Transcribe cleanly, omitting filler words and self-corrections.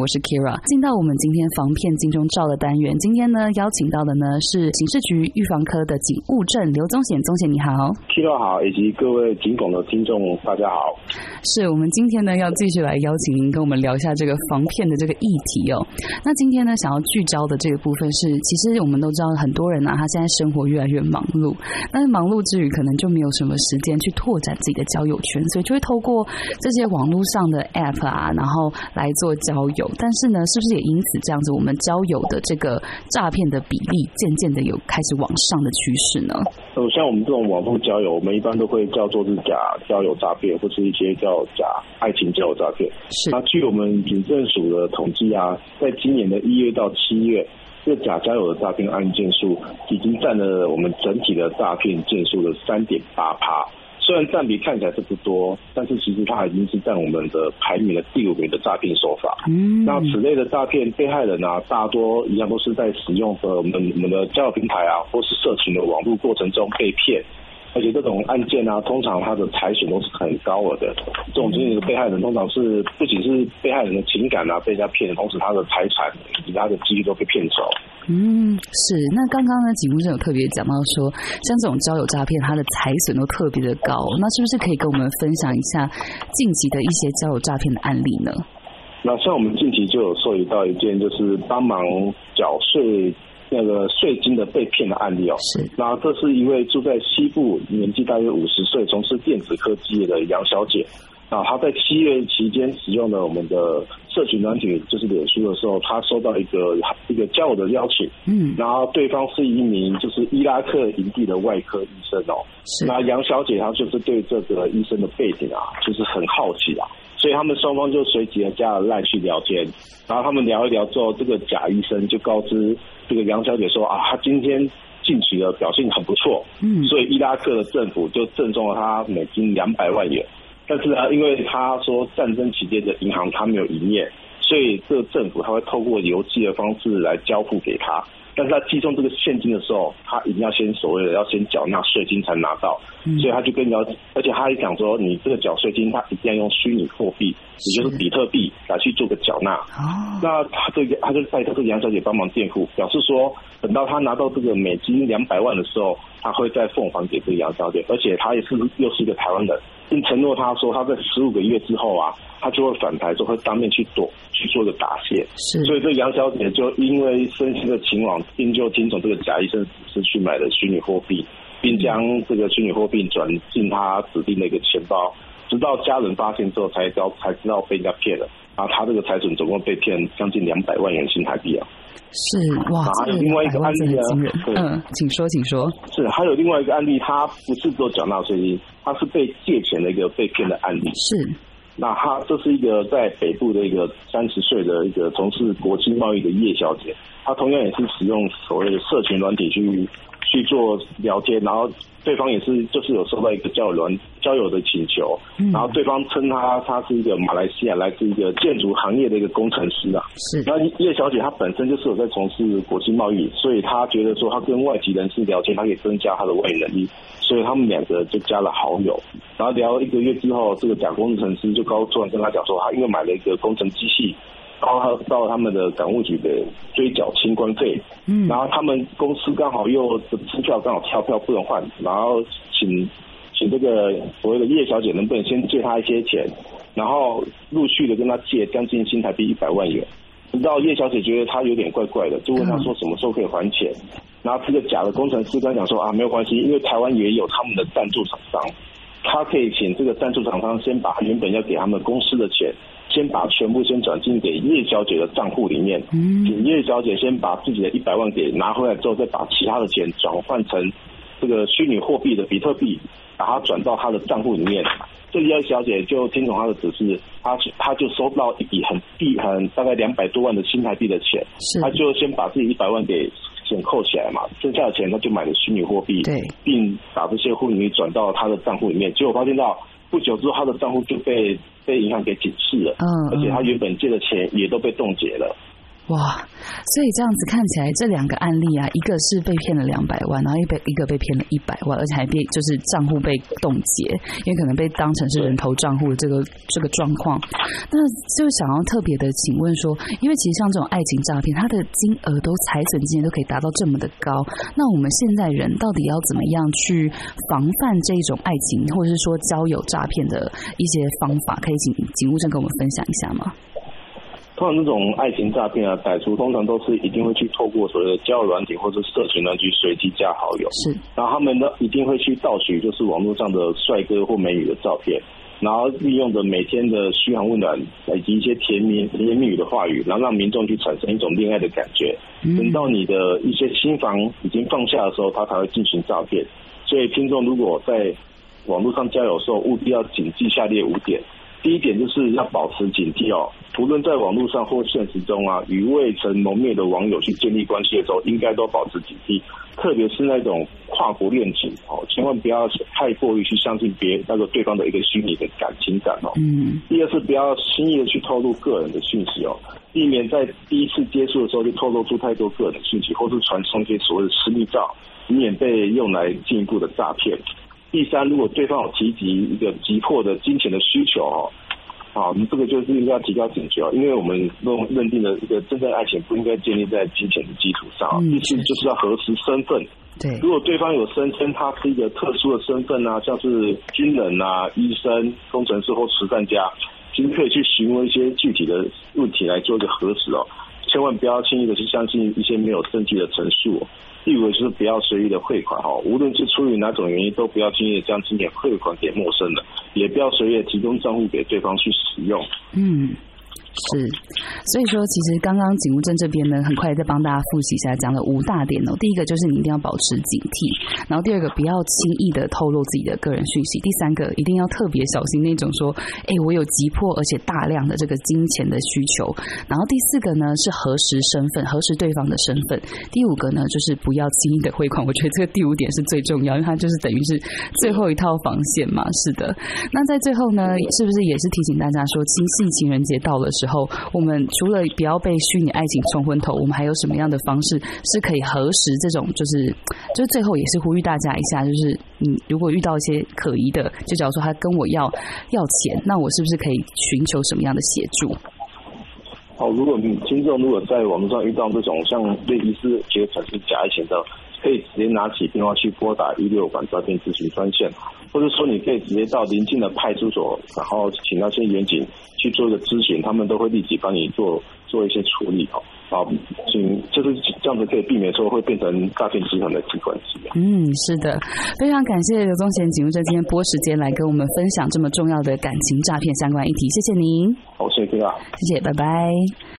我是 Kira。进到我们今天防骗金钟罩的单元，今天呢邀请到的呢是警视局预防科的警务正刘宗显，宗显你好。 Kira 好，以及各位警广的听众大家好。 是我们今天呢要继续来邀请您跟我们聊一下这个防骗的这个议题哦。那今天呢想要聚焦的这个部分是，其实我们都知道很多人啊，他现在生活越来越忙碌，但是忙碌之余可能就没有什么时间去拓展自己的交友圈，所以就会透过这些网络上的 App 啊，然后来做交友。但是呢，是不是也因此这样子，我们交友的这个诈骗的比例渐渐的有开始往上的趋势呢？ 像我们这种网络交友，我们一般都会叫做是假交友诈骗，或是一些叫假爱情交友诈骗。 是。 那据我们警政署的统计啊，在今年的1月到7月，这个假交友的诈骗案件数已经占了我们整体的诈骗件数的3.8%。虽然占比看起来是不多，但是其实它已经是占我们的排名的第5名的诈骗手法。那此类的诈骗被害人啊，大多一样都是在使用我们的交友平台啊，或是社群的网络过程中被骗。而且这种案件啊，通常它的财损都是很高额的。这种经历的被害人通常是不仅是被害人的情感啊被人家骗，同时他的财产以及他的记忆都被骗走。 是。那刚刚呢，警务正有特别讲到说，像这种交友诈骗，它的财损都特别的高。那是不是可以跟我们分享一下近期的一些交友诈骗的案例呢？ 那像我们近期就有受理到一件，就是帮忙缴税那个税金的被骗的案例哦。 是。 那这是一位住在西部，年纪大约50岁，从事电子科技业的杨小姐。那她在7月期间使用了我们的社群软体，就是脸书的时候，她收到一个交友的邀请。然后对方是一名就是伊拉克营地的外科医生哦。是。那杨小姐她就是对这个医生的背景啊，就是很好奇啊。所以他们双方就随即加了赖去聊天，然后他们聊一聊之后，这个假医生就告知这个杨小姐说啊，他今天近期的表现很不错，所以伊拉克的政府就赠送了他美金200万元。但是因为他说战争期间的银行他没有营业，所以这个政府他会透过邮寄的方式来交付给他。但是他寄送这个现金的时候，他一定要先所谓的要先缴纳税金才拿到，所以他就而且他还讲说，你这个缴税金，他一定要用虚拟货币，也就是比特币来去做个缴纳。那他就拜托这个杨小姐帮忙垫付，表示说，等到他拿到这个美金200万的时候，他会再奉还给这个杨小姐，而且他又是一个台湾人，并承诺他说，他在15个月之后啊，他就会返台，就会当面去做一个答谢。所以这杨小姐就因为身心的情网，并就听从这个假医生指示去买了虚拟货币，并将这个虚拟货币转进他指定的一个钱包，直到家人发现之后才知道被人家骗了。然后他这个财损总共被骗将近200万元新台币啊。 是。哇， 还有另外一个案例啊，请说。 是，还有另外一个案例，他不是做缴纳税金，他是被借钱的一个被骗的案例。是。那这是一个在北部的一个30岁的一个从事国际贸易的叶小姐，她同样也是使用所谓的社群软体去做聊天，然后对方也是就是有收到一个交友的请求，然后对方称他是一个马来西亚来自一个建筑行业的一个工程师啊。是。那叶小姐她本身就是有在从事国际贸易，所以她觉得说她跟外籍人士聊天，她可以增加她的外语能力，所以他们2个就加了好友。然后聊1个月之后，这个假工程师就突然跟他讲说，他因为买了一个工程机器，到他们的港务局的追缴清关费，然后他们公司刚好又支票刚好跳票不能换，然后请这个所谓的叶小姐能不能先借他一些钱，然后陆续的跟他借将近新台币100万元，直到叶小姐觉得他有点怪怪的，就问他说什么时候可以还钱，然后这个假的工程师跟他讲说啊，没有关系，因为台湾也有他们的赞助厂商，他可以请这个赞助厂商先把原本要给他们公司的钱，先把全部先转进给叶小姐的账户里面，请叶小姐先把自己的100万给拿回来之后，再把其他的钱转换成这个虚拟货币的比特币，把它转到她的账户里面。这叶小姐就听从她的指示，她就收到一笔很大概200多万的新台币的钱，她就先把自己100万给先扣起来嘛，剩下的钱他就买了虚拟货币，对，并把这些货币转到他的账户里面。结果发现到不久之后，他的账户就被银行给警示了，而且他原本借的钱也都被冻结了。 哇，所以这样子看起来，这2个案例啊，一个是被骗了200万，然后一个被骗了100万，而且还就是账户被冻结，因为可能被当成是人头账户的这个状况。那就想要特别的请问说，因为其实像这种爱情诈骗，它的金额财损金额都可以达到这么的高，那我们现在人到底要怎么样去防范这种爱情或者是说交友诈骗的一些方法，可以请警务证跟我们分享一下吗？ 通常这种爱情诈骗啊，歹徒通常都是一定会去透过所谓的交友软体或者社群软体随机加好友， 是， 然后他们呢一定会去盗取就是网络上的帅哥或美女的照片，然后利用着每天的嘘寒问暖以及一些甜言蜜语的话语，然后让民众去产生一种恋爱的感觉。等到你的一些心防已经放下的时候，他才会进行诈骗。所以听众如果在网络上交友的时候，务必要谨记下列5点。第一点就是要保持警惕哦，无论在网络上或现实中啊，与未曾谋面的网友去建立关系的时候，应该都保持警惕，特别是那种跨国恋情哦，千万不要太过于去相信对方的一个虚拟的情感哦。第二是不要轻易的去透露个人的讯息哦，避免在第一次接触的时候就透露出太多个人的讯息，或是传送一些所谓的私密照，以免被用来进一步的诈骗。第三，如果对方有提及一个急迫的金钱的需求这个就是应该要提高警觉因为我们认定的一个真正爱情不应该建立在金钱的基础上。第四就是要核实身份， 对， 如果对方有声称他是一个特殊的身份啊，像是军人啊、医生、工程师或慈善家，其实可以去询问一些具体的问题来做一个核实千万不要轻易的去相信一些没有证据的陈述。第5个就是不要随意的汇款无论是出于哪种原因，都不要轻易的将金钱汇款给陌生人，也不要随意的提供账户给对方去使用。 是，所以说其实刚刚警务证这边呢，很快再帮大家复习一下，讲了5大点第一个就是你一定要保持警惕，然后第2个不要轻易的透露自己的个人讯息，第3个一定要特别小心那种说我有急迫而且大量的这个金钱的需求，然后第4个呢是核实身份，核实对方的身份，第5个呢就是不要轻易的汇款。我觉得这个第5点是最重要，因为它就是等于是最后一套防线嘛。是的，那在最后呢，是不是也是提醒大家说，七夕情人节到了时候，我们除了不要被虚拟爱情冲昏头，我们还有什么样的方式是可以核实这种就是最后也是呼吁大家一下，就是你如果遇到一些可疑的，就假如说他跟我要钱，那我是不是可以寻求什么样的协助？ 如果你听众如果在网络上遇到这种像类疑似觉得产生假爱情的，可以直接拿起电话去拨打165反诈骗咨询专线，或者说你可以直接到邻近的派出所，然后请那些员警去做一个咨询，他们都会立即帮你做一些处理就是这样子可以避免说会变成诈骗集团的提款机。 是的，非常感谢刘宗贤警务证今天拨时间来跟我们分享这么重要的感情诈骗相关议题，谢谢您。 好，谢谢大家， 谢谢，拜拜。